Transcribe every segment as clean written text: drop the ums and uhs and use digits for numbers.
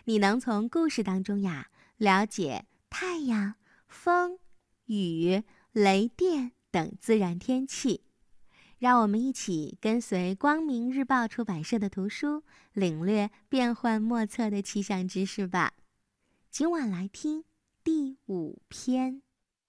你能从故事当中呀，了解太阳、风、雨、雷电等自然天气。让我们一起跟随光明日报出版社的图书，领略变幻莫测的气象知识吧。今晚来听第5篇。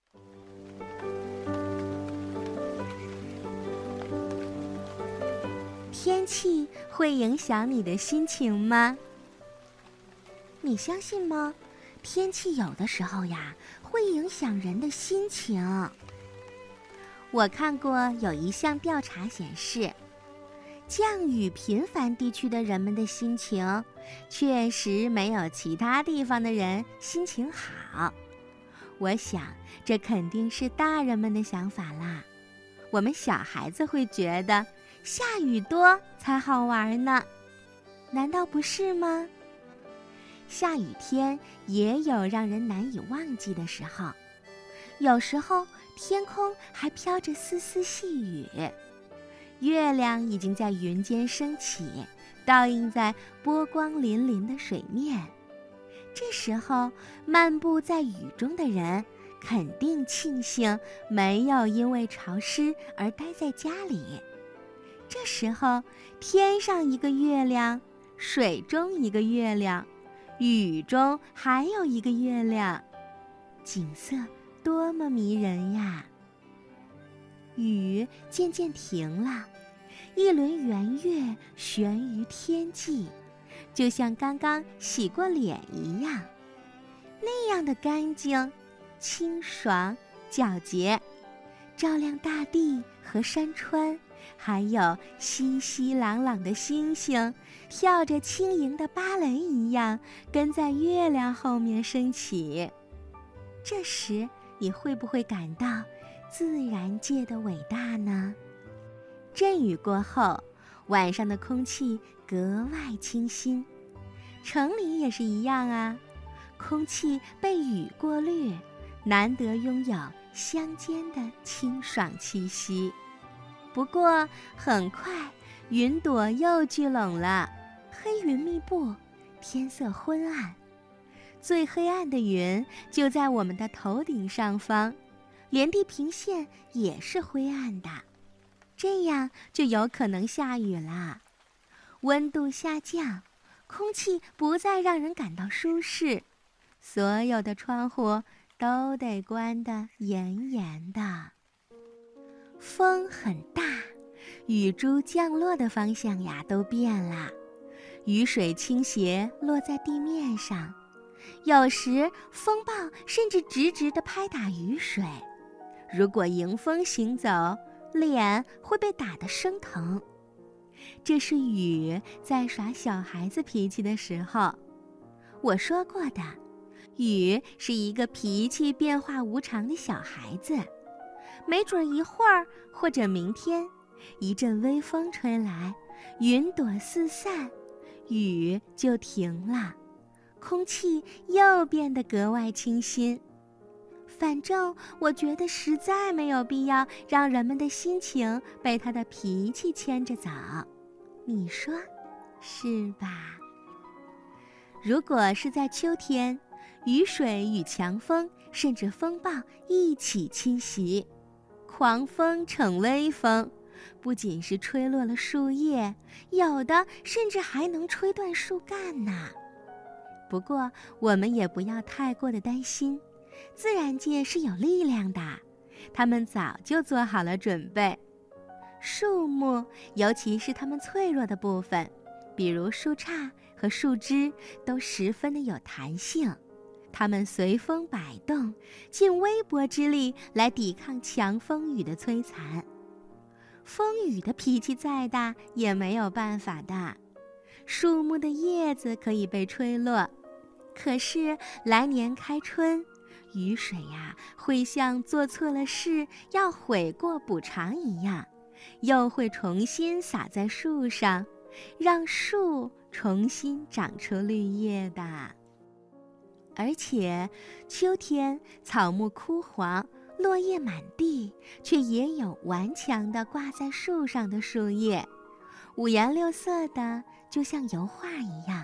天气会影响你的心情吗？你相信吗？天气有的时候呀，会影响人的心情。我看过有一项调查显示，降雨频繁地区的人们的心情，确实没有其他地方的人心情好。我想，这肯定是大人们的想法啦。我们小孩子会觉得下雨多才好玩呢，难道不是吗？下雨天也有让人难以忘记的时候，有时候天空还飘着丝丝细雨，月亮已经在云间升起，倒映在波光粼粼的水面。这时候漫步在雨中的人肯定庆幸没有因为潮湿而待在家里。这时候天上一个月亮，水中一个月亮，雨中还有一个月亮，景色多么迷人呀！雨渐渐停了，一轮圆月悬于天际，就像刚刚洗过脸一样，那样的干净、清爽、皎洁，照亮大地和山川，还有熙熙攘攘的星星，跳着轻盈的芭蕾一样，跟在月亮后面升起。这时，你会不会感到自然界的伟大呢？阵雨过后，晚上的空气格外清新。城里也是一样啊，空气被雨过滤，难得拥有乡间的清爽气息。不过很快云朵又聚拢了，黑云密布，天色昏暗。最黑暗的云就在我们的头顶上方，连地平线也是灰暗的，这样就有可能下雨啦。温度下降，空气不再让人感到舒适，所有的窗户都得关得严严的。风很大，雨珠降落的方向呀都变了，雨水倾斜落在地面上，有时风暴甚至直直地拍打雨水，如果迎风行走，脸会被打得生疼。这是雨在耍小孩子脾气的时候。我说过的，雨是一个脾气变化无常的小孩子，没准一会儿或者明天，一阵微风吹来，云朵四散，雨就停了，空气又变得格外清新。反正我觉得实在没有必要让人们的心情被他的脾气牵着走，你说是吧？如果是在秋天，雨水与强风甚至风暴一起侵袭，狂风逞微风，不仅是吹落了树叶，有的甚至还能吹断树干呢。不过我们也不要太过的担心，自然界是有力量的，他们早就做好了准备。树木，尤其是它们脆弱的部分，比如树杈和树枝，都十分的有弹性，它们随风摆动，尽微薄之力来抵抗强风雨的摧残。风雨的脾气再大也没有办法的。树木的叶子可以被吹落，可是来年开春，雨水呀，会像做错了事要悔过补偿一样，又会重新洒在树上，让树重新长出绿叶的。而且秋天草木枯黄，落叶满地，却也有顽强地挂在树上的树叶，五颜六色的，就像油画一样，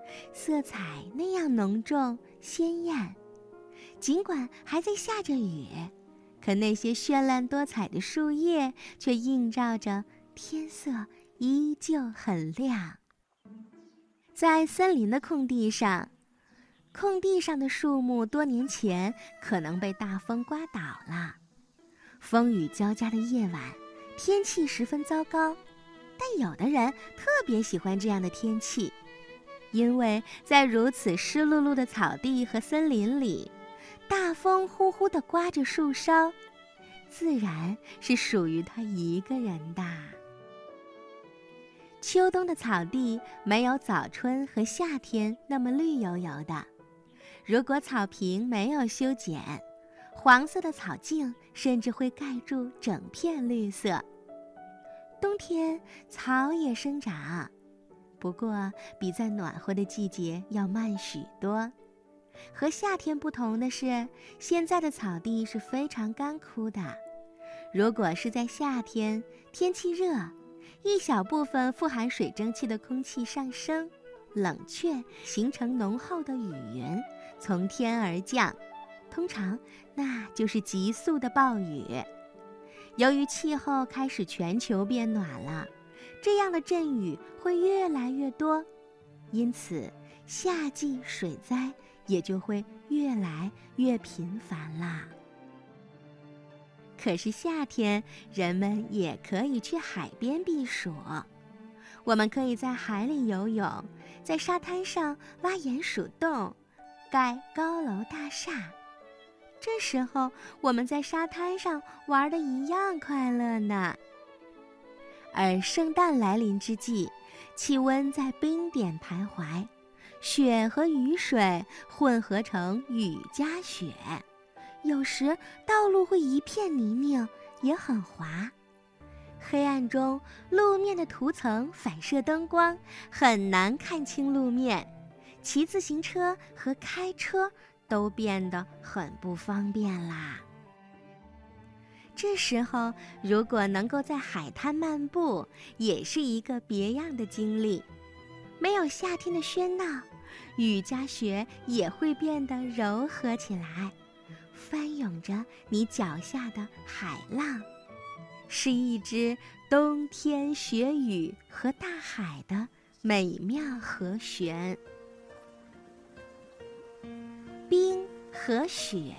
色彩那样浓重鲜艳。尽管还在下着雨，可那些绚烂多彩的树叶却映照着天色依旧很亮。在森林的空地上的树木多年前可能被大风刮倒了。风雨交加的夜晚，天气十分糟糕，但有的人特别喜欢这样的天气，因为在如此湿漉漉的草地和森林里，大风呼呼地刮着树梢，自然是属于他一个人的。秋冬的草地没有早春和夏天那么绿油油的，如果草坪没有修剪，黄色的草茎甚至会盖住整片绿色。冬天草也生长，不过比在暖和的季节要慢许多。和夏天不同的是，现在的草地是非常干枯的。如果是在夏天，天气热，一小部分富含水蒸气的空气上升，冷却，形成浓厚的雨云，从天而降，通常那就是急速的暴雨。由于气候开始全球变暖了，这样的阵雨会越来越多，因此夏季水灾也就会越来越频繁啦。可是夏天，人们也可以去海边避暑。我们可以在海里游泳，在沙滩上挖鼹鼠洞，盖高楼大厦。这时候，我们在沙滩上玩得一样快乐呢。而圣诞来临之际，气温在冰点徘徊，雪和雨水混合成雨夹雪，有时道路会一片泥泞，也很滑。黑暗中，路面的涂层反射灯光，很难看清路面。骑自行车和开车都变得很不方便啦。这时候，如果能够在海滩漫步，也是一个别样的经历。没有夏天的喧闹，雨夹雪也会变得柔和起来，翻涌着你脚下的海浪，是一支冬天雪雨和大海的美妙和弦。冰和雪。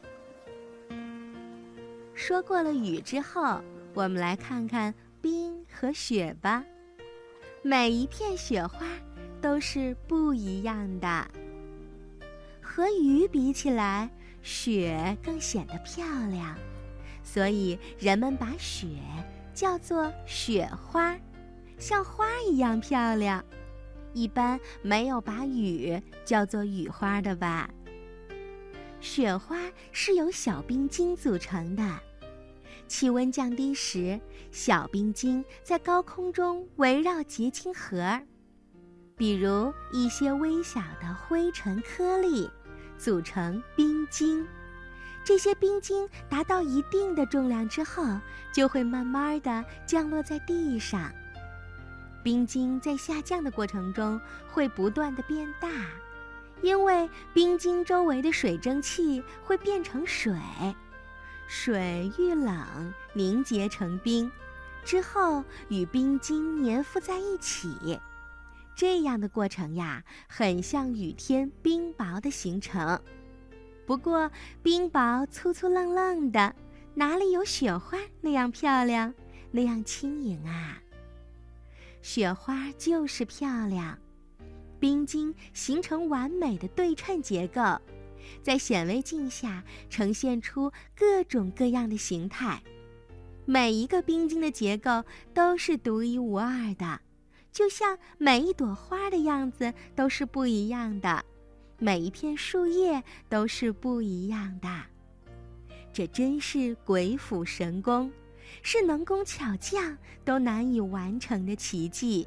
说过了雨之后，我们来看看冰和雪吧。每一片雪花都是不一样的。和雨比起来，雪更显得漂亮，所以人们把雪叫做雪花，像花一样漂亮。一般没有把雨叫做雨花的吧？雪花是由小冰晶组成的。气温降低时，小冰晶在高空中围绕结晶核，比如一些微小的灰尘颗粒，组成冰晶。这些冰晶达到一定的重量之后，就会慢慢地降落在地上。冰晶在下降的过程中会不断地变大，因为冰晶周围的水蒸气会变成水，水遇冷凝结成冰，之后与冰晶粘附在一起。这样的过程呀，很像雨天冰雹的形成。不过冰雹粗粗愣愣的，哪里有雪花那样漂亮，那样轻盈啊？雪花就是漂亮，冰晶形成完美的对称结构，在显微镜下呈现出各种各样的形态。每一个冰晶的结构都是独一无二的，就像每一朵花的样子都是不一样的，每一片树叶都是不一样的。这真是鬼斧神工，是能工巧匠都难以完成的奇迹。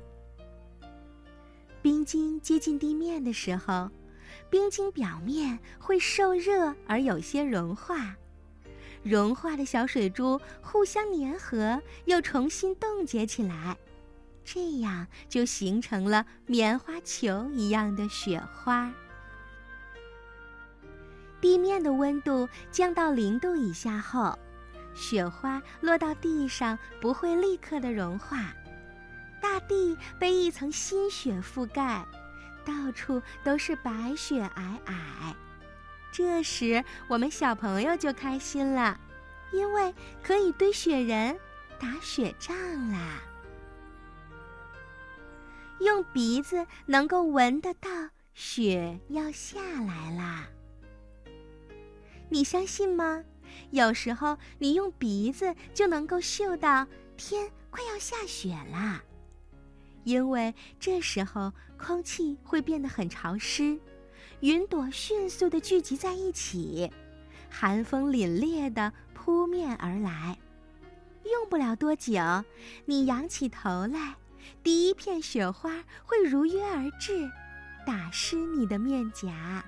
冰晶接近地面的时候，冰晶表面会受热而有些融化，融化的小水珠互相粘合，又重新冻结起来。 这样就形成了棉花球一样的雪花。地面的温度降到0度以下后，雪花落到地上不会立刻的融化，大地被一层新雪覆盖，到处都是白雪皑皑。这时我们小朋友就开心了，因为可以堆雪人、打雪仗啦。用鼻子能够闻得到雪要下来啦。你相信吗？有时候你用鼻子就能够嗅到天快要下雪啦，因为这时候空气会变得很潮湿，云朵迅速地聚集在一起，寒风凛冽地扑面而来。用不了多久，你仰起头来，第一片雪花会如约而至，打湿你的面颊。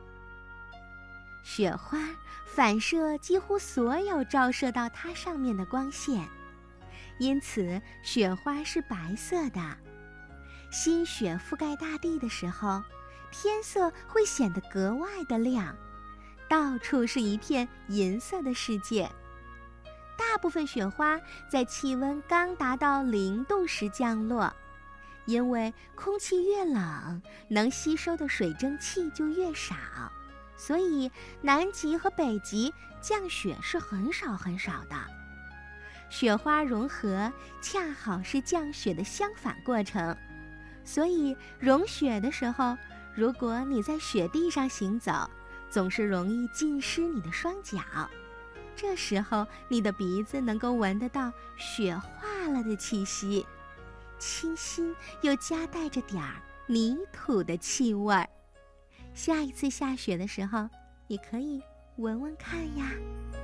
雪花反射几乎所有照射到它上面的光线，因此雪花是白色的。新雪覆盖大地的时候，天色会显得格外的亮，到处是一片银色的世界。大部分雪花在气温刚达到0度时降落，因为空气越冷，能吸收的水蒸气就越少，所以南极和北极降雪是很少很少的。雪花融合恰好是降雪的相反过程，所以融雪的时候，如果你在雪地上行走，总是容易浸湿你的双脚。这时候你的鼻子能够闻得到雪化了的气息，清新又夹带着点儿泥土的气味儿。下一次下雪的时候，你可以闻闻看呀。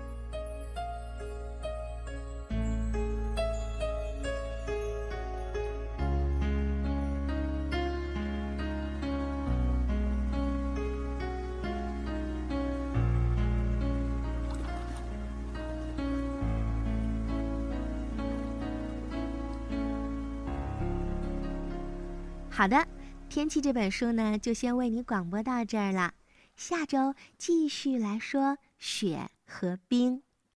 好的，天气这本书呢，就先为你广播到这儿了。下周继续来说雪和冰。